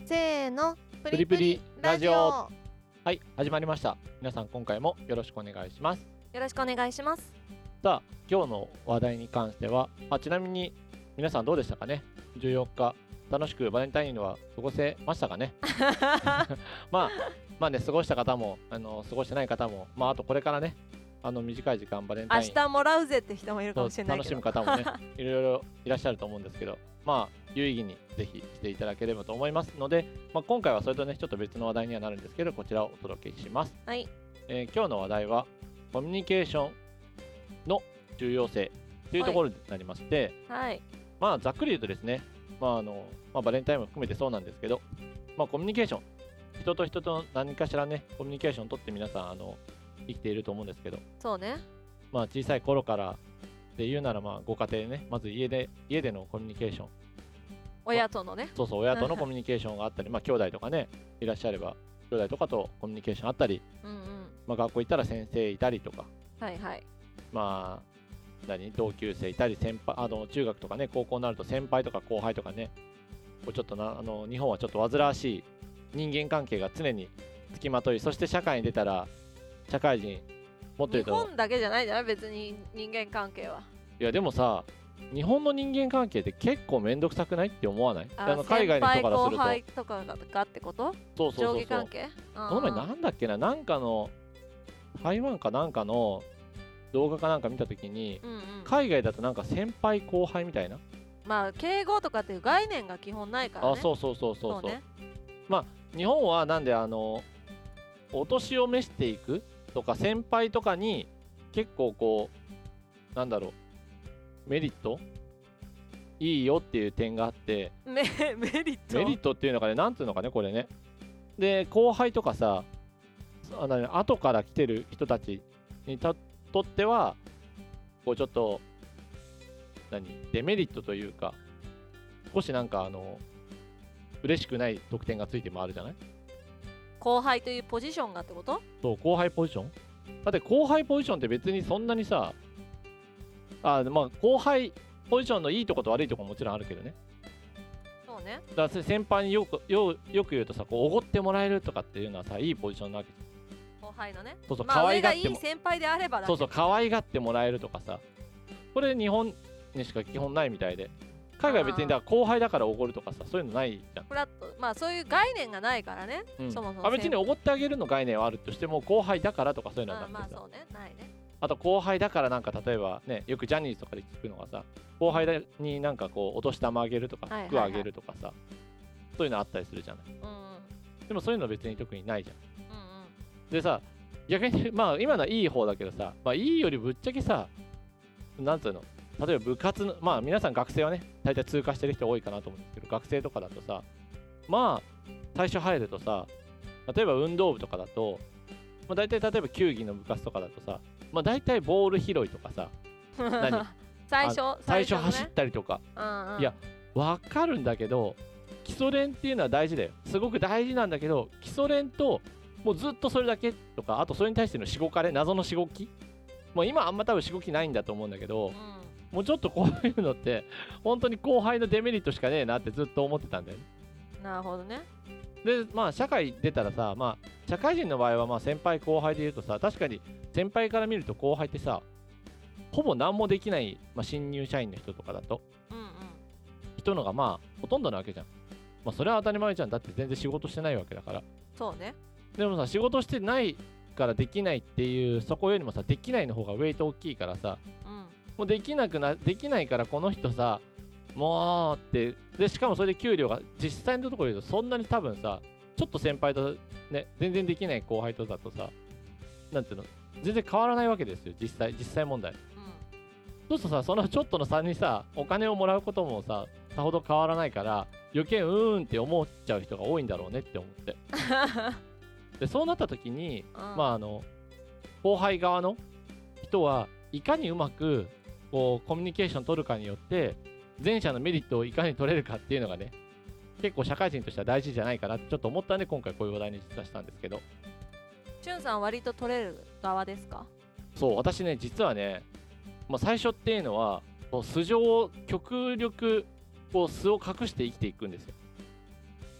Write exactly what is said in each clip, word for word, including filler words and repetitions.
せーの、ププリプリラジオ。 よはい、始まりました。皆さん今回もよろしくお願いします。 ろしくお願いします。 さあ、今日の話題に関しては、あちなみに皆さんどうでしたかね。じゅうよっか楽しくバレンタインは過ごせましたかね。まあまあね、過ごした方もあの過ごしてない方も、まああとこれからね、あの短い時間バレンタイン明日もらうぜって人もいるかもしれないけど、 楽しむ方もねいろいろいらっしゃると思うんですけど、まあ有意義にぜひしていただければと思いますので、まあ、今回はそれとねちょっと別の話題にはなるんですけど、こちらをお届けします。 はい、 えー今日の話題はコミュニケーションの重要性というところになりまして、 はい、 まあざっくり言うとですね、まああのまあ、バレンタインも含めてそうなんですけど、まあ、コミュニケーション、人と人と何かしらねコミュニケーションを取って皆さんあの生きていると思うんですけど、 そうね。 まあ小さい頃からで言うなら、まあご家庭でね、まず家で家でのコミュニケーション、 親とのね。 そうそう親とのコミュニケーションがあったり、まあ兄弟とかねいらっしゃれば兄弟とかとコミュニケーションあったり、 うんうん。 まあ学校行ったら先生いたりとか、 はいはい。 まあ何同級生いたり、先輩、あの中学とかね高校になると先輩とか後輩とかね、こうちょっとなあの日本はちょっと煩わしい人間関係が常につきまとい、そして社会に出たら社会人もっと言日うと、 本だけじゃないじゃない、別に人間関係は。 いやでもさ、日本の人間関係って結構めんどくさくないって思わない？ ああの海外の人からすると、 先輩後輩とかががってこと？ そうそうそうそう。 上下関係？ この前なんだっけな、なんかの台湾かなんかの動画かなんか見たときに、 うんうん。 海外だとなんか先輩後輩みたいな、 まあ敬語とかっていう概念が基本ないからね。 あ、そうそうそうそうそう。 ね。 まあ日本はなんであのお年を召していくとか先輩とかに結構こうなんだろうメリットいいよっていう点があって、 メメリット。 メリットっていうのがね、なんていうのかねこれね。で後輩とかさ、あの後から来てる人たちにたとってはこうちょっと何デメリットというか、少しなんかあの嬉しくない特典がついてもあるじゃない。 後輩というポジションがってこと？ そう後輩ポジションだって後輩ポジションって別にそんなにさ、あまあ後輩ポジションのいいとこと悪いとこももちろんあるけどね。 そうね。 だから先輩によくよよく言うとさ、こうおごってもらえるとかっていうのはさいいポジションなわけじゃん。 後輩のね。 そうそう、 まあ可愛上がいいがっても、 先輩であればだけど。 そうそう可愛がってもらえるとかさ、これ日本にしか基本ないみたいで、海外は別にだから後輩だからおごるとかさ、そういうのないじゃん。 フラット、まあそういう概念がないからね、 うん、 そもそもあ別におごってあげるの概念はあるとしても、後輩だからとかそういうのはあなくてさ、 まあそうね、ないね。 あと後輩だからなんか例えばね、よくジャニーズとかで聞くのがさ、後輩になんかこうお年玉あげるとかはいはいはい服あげるとかさ、そういうのあったりするじゃない。 うんうんでもそういうの別に特にないじゃん。 うんうん。 でさ、逆にまあ今のはいい方だけどさ、まあいいよりぶっちゃけさ、なんつうの、例えば部活の、まあ皆さん学生はね大体通過してる人多いかなと思うんですけど、学生とかだとさ、まあ最初入るとさ、例えば運動部とかだと、まあ、大体例えば球技の部活とかだとさ、まあ大体ボール拾いとかさ、何最初あ最初のね走ったりとか、 うんうん、 いやわかるんだけど、基礎練っていうのは大事だよ、すごく大事なんだけど、基礎練ともうずっとそれだけとか、あとそれに対してのしごかれ、謎のしごき、もう今あんま多分しごきないんだと思うんだけど、 うん、 もうちょっとこういうのって本当に後輩のデメリットしかねえなってずっと思ってたんだよね。 なるほどね。 でまあ社会出たらさ、まあ社会人の場合はまあ先輩後輩で言うとさ、確かに先輩から見ると後輩ってさ、ほぼ何もできない、まあ、新入社員の人とかだとうんうん人のがまあほとんどなわけじゃん。まあそれは当たり前じゃん、だって全然仕事してないわけだから。 そうね。 でもさ、仕事してないからできないっていう、そこよりもさ、できないの方がウェイト大きいからさ、 うんもうできなくな、できないからこの人さ、もうって、で、しかもそれで給料が実際のところで言うとそんなに多分さ、ちょっと先輩とね、全然できない後輩とだとさ、なんていうの、全然変わらないわけですよ、実際、実際問題。 うんそうするとさ、そのちょっとの差にさ、お金をもらうこともさ、さほど変わらないから、余計うーんって思っちゃう人が多いんだろうねって思って。で、そうなった時に、 うん、 まああの、後輩側の人はいかにうまくこうコミュニケーション取るかによって前者のメリットをいかに取れるかっていうのがね、結構社会人としては大事じゃないかなってちょっと思ったんで、今回こういう話題に実はしたんですけど。 しゅんさん割と取れる側ですか？ そう、私ね実はね、まあ、最初っていうのはこう素性を極力こう素を隠して生きていくんですよ。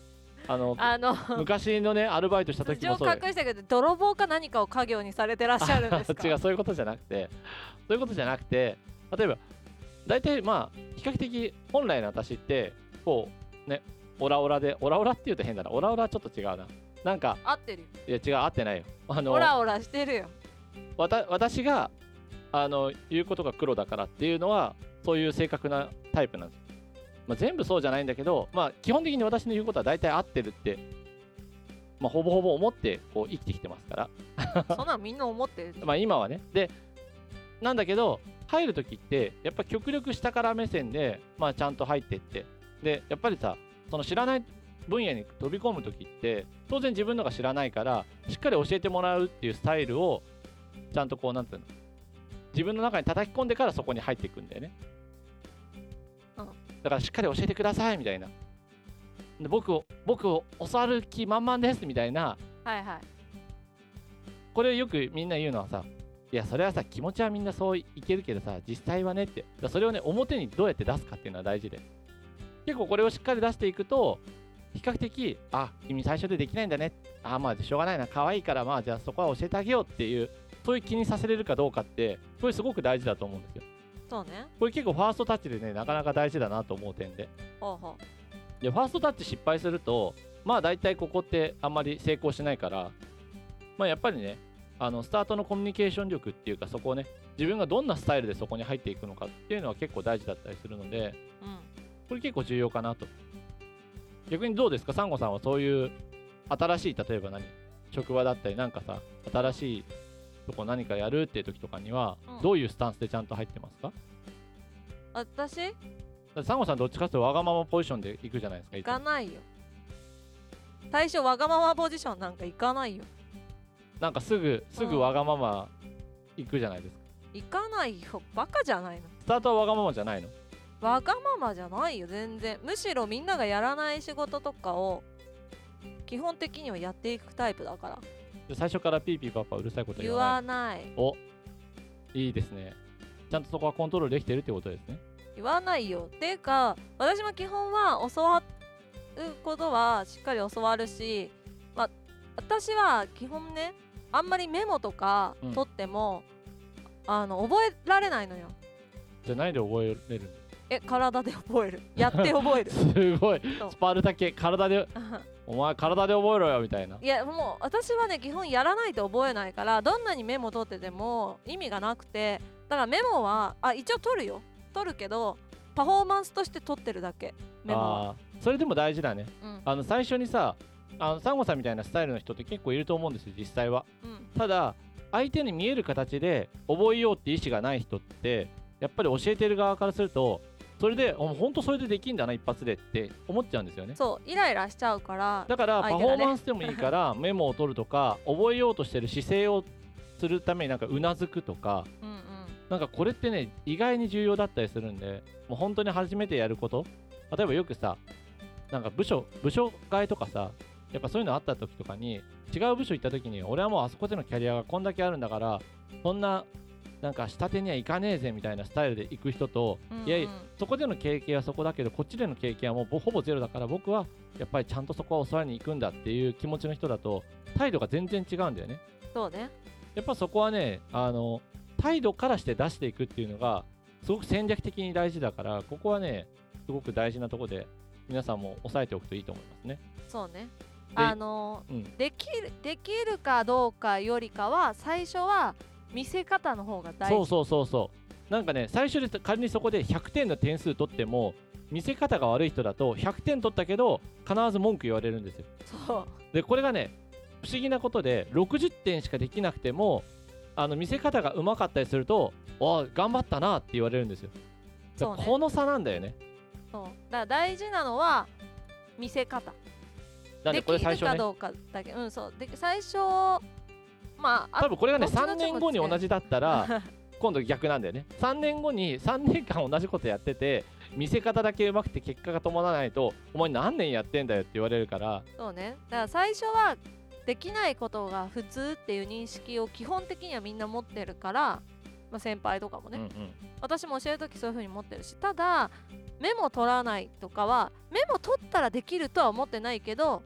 あのあの昔のねアルバイトした時素をもそうだよ隠したけど泥棒か何かを家業にされてらっしゃるんですか？ 違う、そういうことじゃなくてそういうことじゃなくて、例えば大体まあ比較的本来の私ってこうねオラオラでオラオラって言うと変だな、オラオラはちょっと違うな、なんか合ってるよ。 いや違う、合ってないよ。あのオラオラしてるよ。 わた私があの言うことが黒だからっていうのはそういう性格なタイプなんですよ。まあ、全部そうじゃないんだけど、まあ、基本的に私の言うことは大体合ってるって、まあ、ほぼほぼ思ってこう生きてきてますからそんなんみんな思ってる。 まあ今はね。でなんだけど入るときってやっぱ極力下から目線で、まあ、ちゃんと入っていって、でやっぱりさその知らない分野に飛び込むときって当然自分のが知らないからしっかり教えてもらうっていうスタイルをちゃんとこうなんていうの自分の中に叩き込んでからそこに入っていくんだよね、うん、だからしっかり教えてくださいみたいな、で僕を僕を教わる気満々ですみたいな、 はいはい。 これよくみんな言うのはさ、いやそれはさ気持ちはみんなそういけるけどさ実際はねって、それをね表にどうやって出すかっていうのは大事で、結構これをしっかり出していくと比較的あ君最初でできないんだね、あまあしょうがないな可愛いからまあじゃあそこは教えてあげようっていう、そういう気にさせれるかどうかってこれすごく大事だと思うんですよ。 そうね。 これ結構ファーストタッチでねなかなか大事だなと思う点で、 ほうほう。 でファーストタッチ失敗するとまあ大体ここってあんまり成功しないから、まあやっぱりねあのスタートのコミュニケーション力っていうかそこをね自分がどんなスタイルでそこに入っていくのかっていうのは結構大事だったりするので、 うん、 これ結構重要かなと。逆にどうですかサンゴさんは、そういう新しい例えば何職場だったりなんかさ新しいとこ何かやるっていう時とかには、うん、どういうスタンスでちゃんと入ってますか？ 私サンゴさんどっちかというとわがままポジションで行くじゃないですか。 行かないよ。最初わがままポジションなんか行かないよ。 なんかすぐすぐわがまま行くじゃないですか。 行かないよ。バカじゃないの。 スタートはわがままじゃないの？ わがままじゃないよ全然。むしろみんながやらない仕事とかを基本的にはやっていくタイプだから。 最初からピーピーパパうるさいこと言わない。 言わない。 お、いいですね。ちゃんとそこはコントロールできてるってことですね。 言わないよ。っていうか私も基本は教わることはしっかり教わるし、まあ、私は基本ねあんまりメモとか取っても、うん、あの覚えられないのよ。 じゃあ何で覚えれるの？ え、体で覚える。やって覚える。 すごいスパルタ系。体でお前体で覚えろよみたいな。 いやもう私はね基本やらないと覚えないから、どんなにメモ取ってても意味がなくて、だからメモはあ一応取るよ取るけどパフォーマンスとして取ってるだけ。メモはあそれでも大事だね、うん、あの最初にさあのサンゴさんみたいなスタイルの人って結構いると思うんですよ実際は、うん、ただ相手に見える形で覚えようって意思がない人ってやっぱり教えてる側からするとそれでほんとそれでできんだな一発でって思っちゃうんですよね。 そうイライラしちゃうから、 だからパフォーマンスでもいいからメモを取るとか覚えようとしてる姿勢をするためになんかうなずくとか、うんうん、なんかこれってね意外に重要だったりするんで、もう本当に初めてやること、例えばよくさなんか部署部署替えとかさ、やっぱそういうのあった時とかに違う部署行った時に俺はもうあそこでのキャリアがこんだけあるんだからそんななんか下手にはいかねえぜみたいなスタイルで行く人と、うんうん、いやいやそこでの経験はそこだけどこっちでの経験はもうほぼゼロだから僕はやっぱりちゃんとそこは教わりに行くんだっていう気持ちの人だと態度が全然違うんだよね。 そうね。 やっぱそこはねあの態度からして出していくっていうのがすごく戦略的に大事だから、ここはねすごく大事なところで皆さんも押さえておくといいと思いますね。 そうね。あの、うん、できるできるかどうかよりかは最初は見せ方の方が大事。 そうそうそうそう。なんかね最初で仮にそこでひゃくてんの点数取っても見せ方が悪い人だとひゃくてん取ったけど必ず文句言われるんですよ。 そうでこれがね不思議なことでろくじゅってんしかできなくてもあの見せ方がうまかったりするとあ頑張ったなって言われるんですよ。そうね、この差なんだよね。 そうだから大事なのは見せ方。 なんでこれ最初ね、 できるかどうかだけ、うんそうで最初まあ多分これがねさんねんごに同じだったら今度逆なんだよね。さんねんごにさんねんかん同じことやってて見せ方だけうまくて結果が伴わないとお前何年やってんだよって言われるから。 そうね。だから最初はできないことが普通っていう認識を基本的にはみんな持ってるから、まあ、先輩とかもね、うんうん、私も教えるときそういう風に持ってるし、ただメモ取らないとかはメモ取ったらできるとは思ってないけど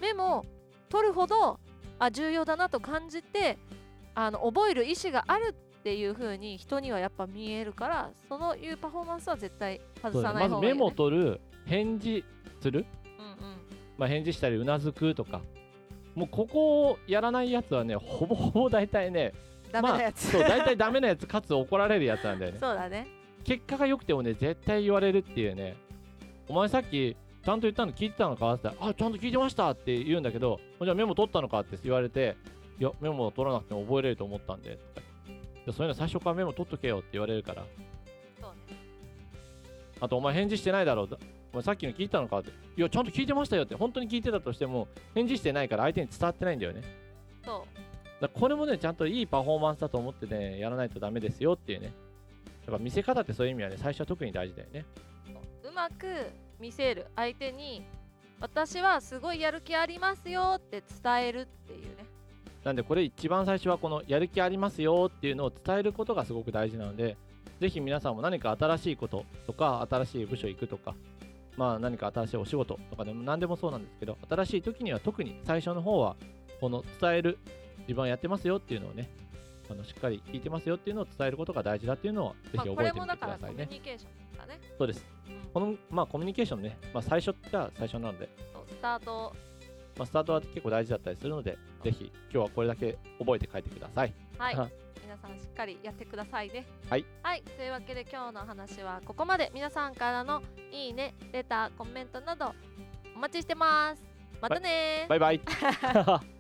メモ取るほどあ重要だなと感じてあの覚える意思があるっていう風に人にはやっぱ見えるから、そのいうパフォーマンスは絶対外さない方がいい、ね、 まずメモ取る、返事する、 うんうん、 まあ、返事したりうなずくとか、もうここをやらないやつはね、ほぼほぼ大体ねダメなやつ、 まあ、そう大体ダメなやつかつ怒られるやつなんだよねそうだね。 結果が良くてもね絶対言われるっていうね。お前さっきちゃんと言ったの聞いてたのかって言ったら、あちゃんと聞いてましたって言うんだけど、じゃあメモ取ったのかって言われて、いやメモ取らなくても覚えれると思ったんでとか、いやそういうの最初からメモ取っとけよって言われるから。 そうね。 あとお前返事してないだろう、お前さっきの聞いたのかって、いやちゃんと聞いてましたよって、本当に聞いてたとしても返事してないから相手に伝わってないんだよね。 そうだからこれもねちゃんといいパフォーマンスだと思ってねやらないとダメですよっていうね。やっぱ見せ方ってそういう意味はね最初は特に大事だよね。 うまく見せる、相手に私はすごいやる気ありますよって伝えるっていうね。 なんでこれ一番最初はこのやる気ありますよっていうのを伝えることがすごく大事なので、ぜひ皆さんも何か新しいこととか新しい部署行くとか、まあ何か新しいお仕事とかでも何でもそうなんですけど、新しい時には特に最初の方はこの伝える、自分はやってますよっていうのをね、あのしっかり聞いてますよっていうのを伝えることが大事だっていうのをぜひ覚えてみてくださいね。 まあ、これもだからコミュニケーションだね。 そうです。 うん、 このまあコミュニケーションね、まあ最初が最初なので、 スタート、 まあ、スタートは結構大事だったりするので、ぜひ今日はこれだけ覚えて帰ってください。 はい皆さんしっかりやってくださいね。 はい、 はい、というわけで今日の話はここまで。皆さんからのいいね、レター、コメントなどお待ちしてます。またねー。 バイバイ